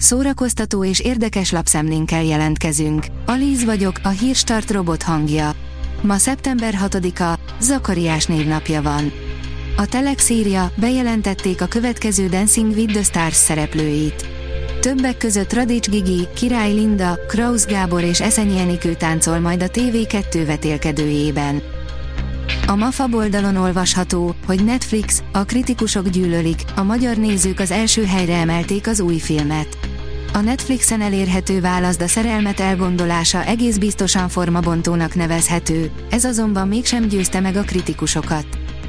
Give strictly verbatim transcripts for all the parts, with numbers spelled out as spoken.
szórakoztató és érdekes lapszemlénkkel jelentkezünk. Alíz vagyok, a Hírstart robot hangja. Ma szeptember hatodika, Zakariás névnapja van. A Telex írja, bejelentették a következő Dancing with the Stars szereplőit. Többek között Radics Gigi, Király Linda, Krausz Gábor és Eszenyi Enikő táncol majd a té vé kettő vetélkedőjében. A MAFA oldalon olvasható, hogy Netflix, a kritikusok gyűlölik, a magyar nézők az első helyre emelték az új filmet. A Netflixen elérhető Válaszd a szerelmet elgondolása egész biztosan formabontónak nevezhető, ez azonban mégsem győzte meg a kritikusokat.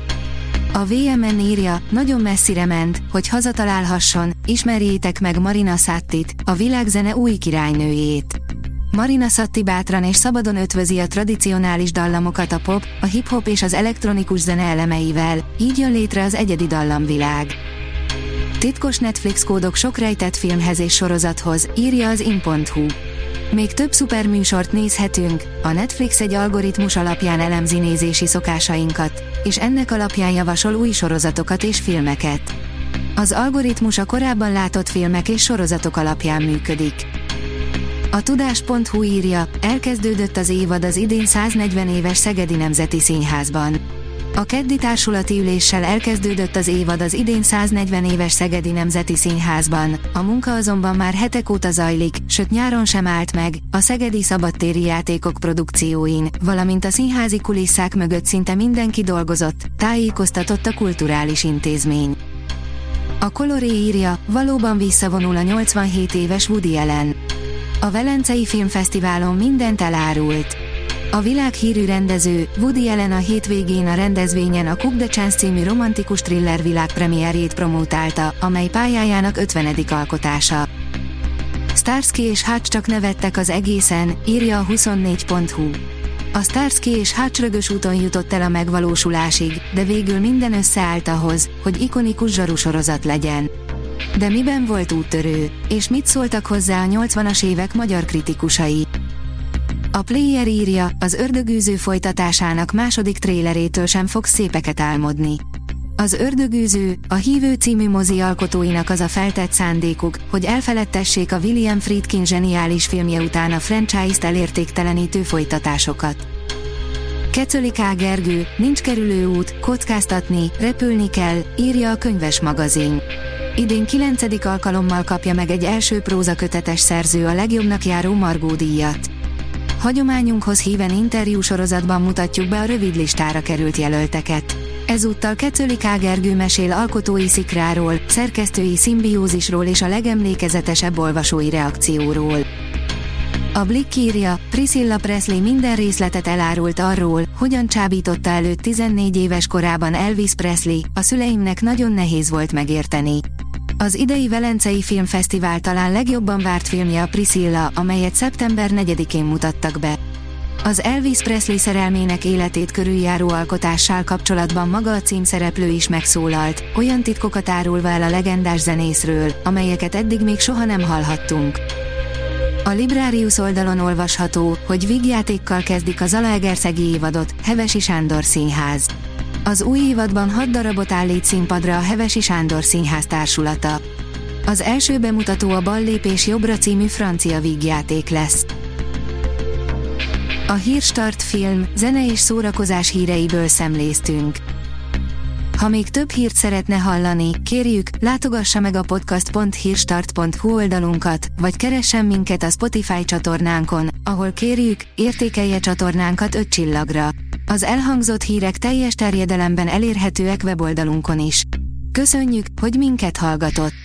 A vé em en írja, nagyon messzire ment, hogy hazatalálhasson, ismerjétek meg Marina Sattit, a világzene új királynőjét. Marina Satti bátran és szabadon ötvözi a tradicionális dallamokat a pop, a hip-hop és az elektronikus zene elemeivel, így jön létre az egyedi dallamvilág. Titkos Netflix kódok sok rejtett filmhez és sorozathoz, írja az in pont hu. Még több szuperműsort nézhetünk, a Netflix egy algoritmus alapján elemzi nézési szokásainkat, és ennek alapján javasol új sorozatokat és filmeket. Az algoritmus a korábban látott filmek és sorozatok alapján működik. A tudás pont hu írja, elkezdődött az évad az idén száznegyven éves Szegedi Nemzeti Színházban. A keddi társulati üléssel elkezdődött az évad az idén száznegyven éves Szegedi Nemzeti Színházban, a munka azonban már hetek óta zajlik, sőt nyáron sem állt meg, a szegedi szabadtéri játékok produkcióin, valamint a színházi kulisszák mögött szinte mindenki dolgozott, tájékoztatott a kulturális intézmény. A Coloré írja, valóban visszavonul a nyolcvanhét éves Woody Allen. A Velencei Filmfesztiválon mindent elárult. A világhírű rendező, Woody Allen a hétvégén a rendezvényen a Coup de Chance című romantikus thriller világpremiérjét promótálta, amely pályájának ötvenedik alkotása. Starsky és Hutch csak nevettek az egészen, írja a huszonnégy pont hu. A Starsky és Hutch rögös úton jutott el a megvalósulásig, de végül minden összeállt ahhoz, hogy ikonikus zsarusorozat legyen. De miben volt úttörő, és mit szóltak hozzá a nyolcvanas évek magyar kritikusai? A Player írja, az Ördögűző folytatásának második trélerétől sem fogsz szépeket álmodni. Az Ördögűző, a Hívő című mozi alkotóinak az a feltett szándékuk, hogy elfeledtessék a William Friedkin zseniális filmje után a franchise-t elértéktelenítő folytatásokat. Kecöli K. Gergő, nincs kerülő út, kockáztatni, repülni kell, írja a Könyves magazin. Idén kilencedik alkalommal kapja meg egy első prózakötetes szerző a legjobbnak járó Margó díjat. Hagyományunkhoz híven interjúsorozatban mutatjuk be a rövid listára került jelölteket. Ezúttal Kecöli K. Gergő mesél alkotói szikráról, szerkesztői szimbiózisról és a legemlékezetesebb olvasói reakcióról. A Blick írja, Priscilla Presley minden részletet elárult arról, hogyan csábította előtt tizennégy éves korában Elvis Presley, a szüleimnek nagyon nehéz volt megérteni. Az idei Velencei Filmfesztivál talán legjobban várt filmje a Priscilla, amelyet szeptember negyedikén mutattak be. Az Elvis Presley szerelmének életét körüljáró alkotással kapcsolatban maga a címszereplő is megszólalt, olyan titkokat árulva el a legendás zenészről, amelyeket eddig még soha nem hallhattunk. A Librarius oldalon olvasható, hogy vígjátékkal kezdik a Zalaegerszegi évadot, Hevesi Sándor Színház. Az új évadban hat darabot állít színpadra a Hevesi Sándor Színház társulata. Az első bemutató a Bal lépés jobbra című francia vígjáték lesz. A Hírstart film, zene és szórakozás híreiből szemléztünk. Ha még több hírt szeretne hallani, kérjük, látogassa meg a podcast pont hírstart pont hu oldalunkat, vagy keressen minket a Spotify csatornánkon, ahol kérjük, értékelje csatornánkat öt csillagra. Az elhangzott hírek teljes terjedelemben elérhetőek weboldalunkon is. Köszönjük, hogy minket hallgatott!